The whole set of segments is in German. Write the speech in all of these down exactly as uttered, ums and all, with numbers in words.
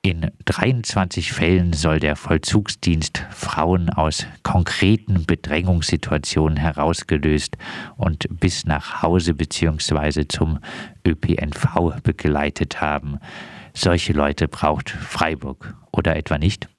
In dreiundzwanzig Fällen soll der Vollzugsdienst Frauen aus konkreten Bedrängungssituationen herausgelöst und bis nach Hause bzw. zum Ö P N V begleitet haben. Solche Leute braucht Freiburg, oder etwa nicht?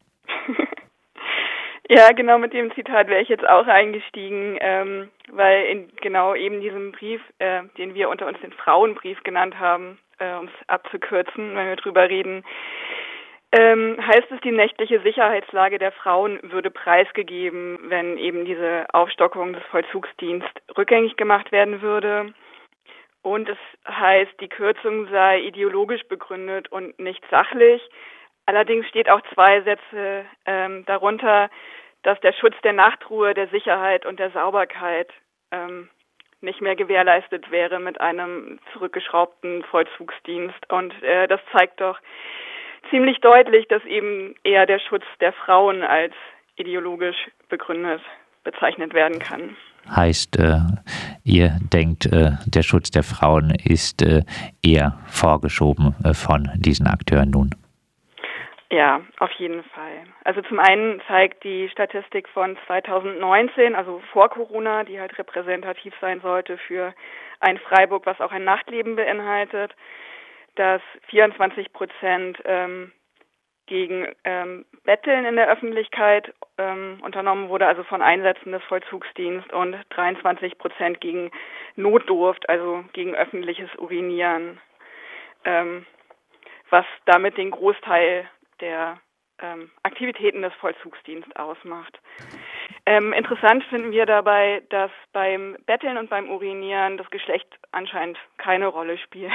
Ja, genau mit dem Zitat wäre ich jetzt auch eingestiegen, ähm, weil in genau eben diesem Brief, äh, den wir unter uns den Frauenbrief genannt haben, äh, um es abzukürzen, wenn wir drüber reden, ähm, heißt es, die nächtliche Sicherheitslage der Frauen würde preisgegeben, wenn eben diese Aufstockung des Vollzugsdienstes rückgängig gemacht werden würde. Und es heißt, die Kürzung sei ideologisch begründet und nicht sachlich. Allerdings steht auch zwei Sätze ähm, darunter, dass der Schutz der Nachtruhe, der Sicherheit und der Sauberkeit ähm, nicht mehr gewährleistet wäre mit einem zurückgeschraubten Vollzugsdienst. Und äh, das zeigt doch ziemlich deutlich, dass eben eher der Schutz der Frauen als ideologisch begründet bezeichnet werden kann. Heißt, äh, ihr denkt, äh, der Schutz der Frauen ist äh, eher vorgeschoben äh, von diesen Akteuren nun? Ja, auf jeden Fall. Also zum einen zeigt die Statistik von zweitausendneunzehn, also vor Corona, die halt repräsentativ sein sollte für ein Freiburg, was auch ein Nachtleben beinhaltet, dass vierundzwanzig Prozent ähm, gegen ähm, Betteln in der Öffentlichkeit ähm, unternommen wurde, also von Einsätzen des Vollzugsdienstes, und dreiundzwanzig Prozent gegen Notdurft, also gegen öffentliches Urinieren, ähm, was damit den Großteil der ähm, Aktivitäten des Vollzugsdienstes ausmacht. Ähm, interessant finden wir dabei, dass beim Betteln und beim Urinieren das Geschlecht anscheinend keine Rolle spielt.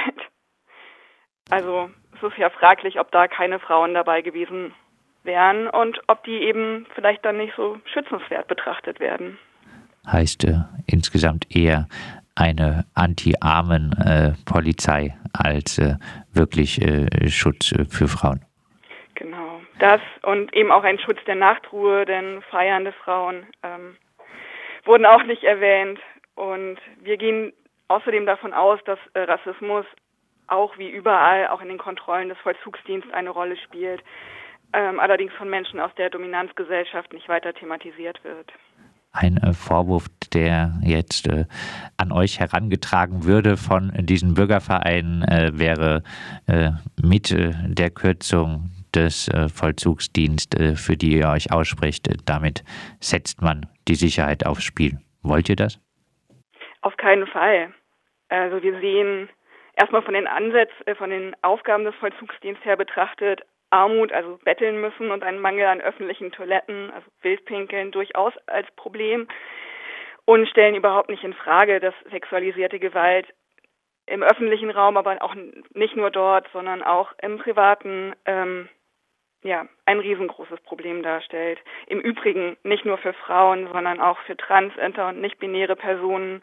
Also es ist ja fraglich, ob da keine Frauen dabei gewesen wären und ob die eben vielleicht dann nicht so schützenswert betrachtet werden. Heißt äh, insgesamt eher eine Anti-Armen-Polizei äh, als äh, wirklich äh, Schutz äh, für Frauen. Genau, das und eben auch ein Schutz der Nachtruhe, denn feiernde Frauen ähm, wurden auch nicht erwähnt. Und wir gehen außerdem davon aus, dass äh, Rassismus auch wie überall, auch in den Kontrollen des Vollzugsdienstes eine Rolle spielt, ähm, allerdings von Menschen aus der Dominanzgesellschaft nicht weiter thematisiert wird. Ein äh, Vorwurf, der jetzt äh, an euch herangetragen würde von diesen Bürgervereinen, äh, wäre äh, mit äh, der Kürzung des äh, Vollzugsdienstes, äh, für die ihr euch ausspricht, äh, damit setzt man die Sicherheit aufs Spiel. Wollt ihr das? Auf keinen Fall. Also wir sehen erstmal von den Ansätzen, äh, von den Aufgaben des Vollzugsdienstes her betrachtet, Armut, also betteln müssen, und einen Mangel an öffentlichen Toiletten, also Wildpinkeln, durchaus als Problem und stellen überhaupt nicht in Frage, dass sexualisierte Gewalt im öffentlichen Raum, aber auch nicht nur dort, sondern auch im privaten, ähm, ja, ein riesengroßes Problem darstellt. Im Übrigen nicht nur für Frauen, sondern auch für trans-, inter- und nicht-binäre Personen.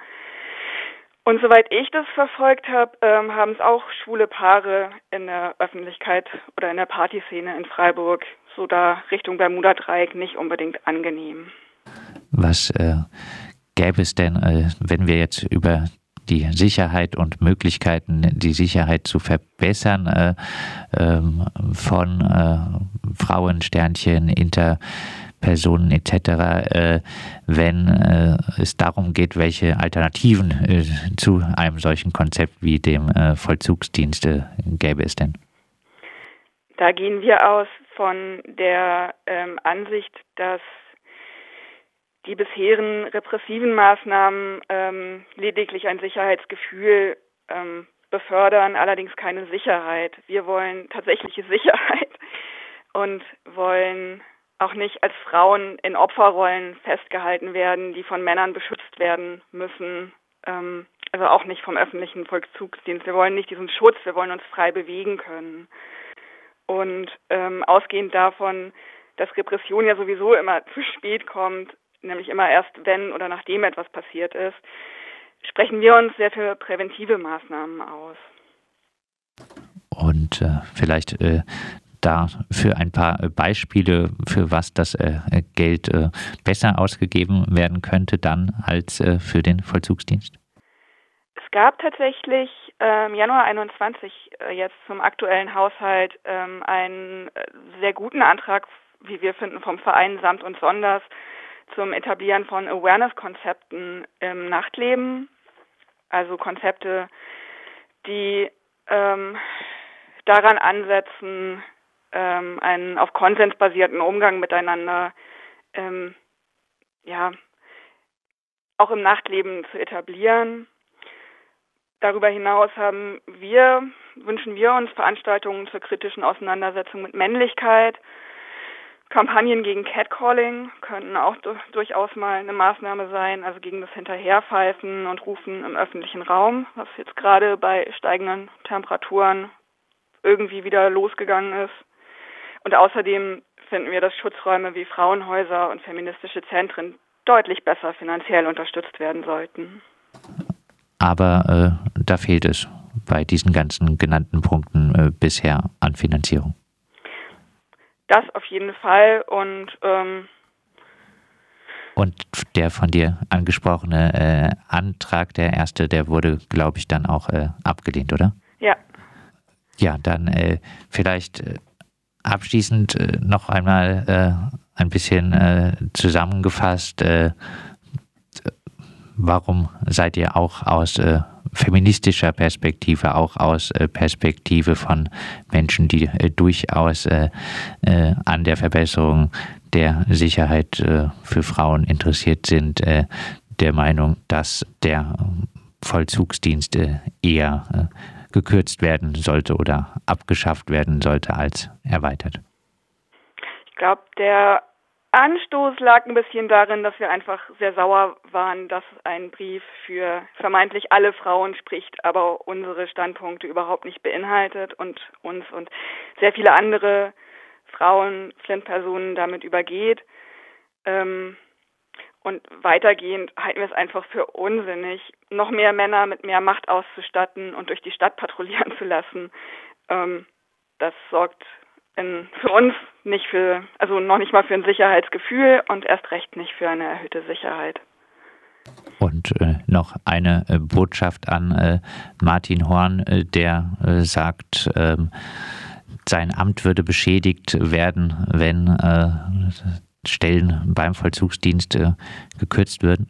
Und soweit ich das verfolgt habe, ähm, haben es auch schwule Paare in der Öffentlichkeit oder in der Partyszene in Freiburg, so da Richtung Bermuda-Dreieck, nicht unbedingt angenehm. Was äh, gäbe es denn, äh, wenn wir jetzt über die Sicherheit und Möglichkeiten, die Sicherheit zu verbessern, äh, ähm, von äh, Frauen, Sternchen, Interpersonen et cetera, äh, wenn äh, es darum geht, welche Alternativen äh, zu einem solchen Konzept wie dem äh, Vollzugsdienst äh, gäbe es denn? Da gehen wir aus von der ähm, Ansicht, dass die bisherigen repressiven Maßnahmen ähm, lediglich ein Sicherheitsgefühl ähm, befördern, allerdings keine Sicherheit. Wir wollen tatsächliche Sicherheit und wollen auch nicht als Frauen in Opferrollen festgehalten werden, die von Männern beschützt werden müssen, ähm, also auch nicht vom öffentlichen Vollzugsdienst. Wir wollen nicht diesen Schutz, wir wollen uns frei bewegen können. Und ähm, ausgehend davon, dass Repression ja sowieso immer zu spät kommt, nämlich immer erst, wenn oder nachdem etwas passiert ist, sprechen wir uns sehr für präventive Maßnahmen aus. Und äh, vielleicht äh, da für ein paar Beispiele, für was das äh, Geld äh, besser ausgegeben werden könnte dann als äh, für den Vollzugsdienst? Es gab tatsächlich äh, im Januar einundzwanzig äh, jetzt zum aktuellen Haushalt ähm, einen äh, sehr guten Antrag, wie wir finden, vom Verein Samt und Sonders zum Etablieren von Awareness-Konzepten im Nachtleben. Also Konzepte, die ähm, daran ansetzen, ähm, einen auf Konsens basierten Umgang miteinander ähm, ja, auch im Nachtleben zu etablieren. Darüber hinaus haben wir, wünschen wir uns Veranstaltungen zur kritischen Auseinandersetzung mit Männlichkeit. Kampagnen gegen Catcalling könnten auch du- durchaus mal eine Maßnahme sein, also gegen das Hinterherpfeifen und Rufen im öffentlichen Raum, was jetzt gerade bei steigenden Temperaturen irgendwie wieder losgegangen ist. Und außerdem finden wir, dass Schutzräume wie Frauenhäuser und feministische Zentren deutlich besser finanziell unterstützt werden sollten. Aber äh, da fehlt es bei diesen ganzen genannten Punkten äh, bisher an Finanzierung. Das auf jeden Fall und ähm, und der von dir angesprochene äh, Antrag, der erste, der wurde, glaube ich, dann auch äh, abgelehnt, oder? Ja. Ja, dann äh, vielleicht äh, abschließend äh, noch einmal äh, ein bisschen äh, zusammengefasst. Äh, warum seid ihr auch aus äh, feministischer Perspektive, auch aus äh, Perspektive von Menschen, die äh, durchaus äh, äh, an der Verbesserung der Sicherheit äh, für Frauen interessiert sind, äh, der Meinung, dass der Vollzugsdienst äh, eher äh, gekürzt werden sollte oder abgeschafft werden sollte als erweitert? Ich glaube, der Anstoß lag ein bisschen darin, dass wir einfach sehr sauer waren, dass ein Brief für vermeintlich alle Frauen spricht, aber unsere Standpunkte überhaupt nicht beinhaltet und uns und sehr viele andere Frauen, Flint-Personen damit übergeht. Ähm, und weitergehend halten wir es einfach für unsinnig, noch mehr Männer mit mehr Macht auszustatten und durch die Stadt patrouillieren zu lassen. Ähm, das sorgt in, für uns nicht für, also noch nicht mal für ein Sicherheitsgefühl und erst recht nicht für eine erhöhte Sicherheit. Und äh, noch eine äh, Botschaft an äh, Martin Horn, äh, der äh, sagt, äh, sein Amt würde beschädigt werden, wenn äh, Stellen beim Vollzugsdienst äh, gekürzt würden.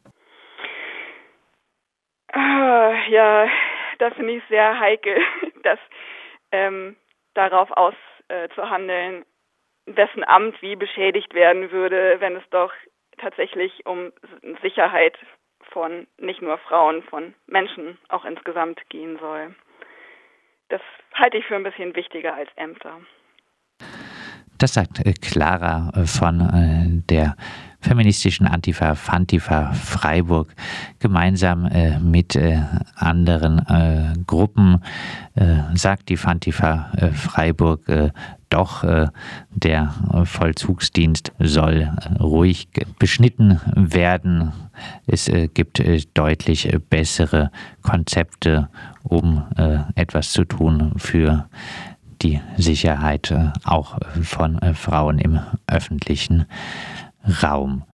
Äh, ja, das finde ich sehr heikel, dass ähm, darauf aus äh, zu handeln, wessen Amt wie beschädigt werden würde, wenn es doch tatsächlich um Sicherheit von nicht nur Frauen, von Menschen auch insgesamt gehen soll. Das halte ich für ein bisschen wichtiger als Ämter. Das sagt äh, Clara äh, von äh, der feministischen Antifa Fantifa Freiburg gemeinsam äh, mit äh, anderen äh, Gruppen äh, sagt die Fantifa äh, Freiburg äh, doch, äh, der Vollzugsdienst soll äh, ruhig beschnitten werden. Es äh, gibt äh, deutlich äh, bessere Konzepte, um äh, etwas zu tun für die Sicherheit äh, auch von äh, Frauen im öffentlichen Raum.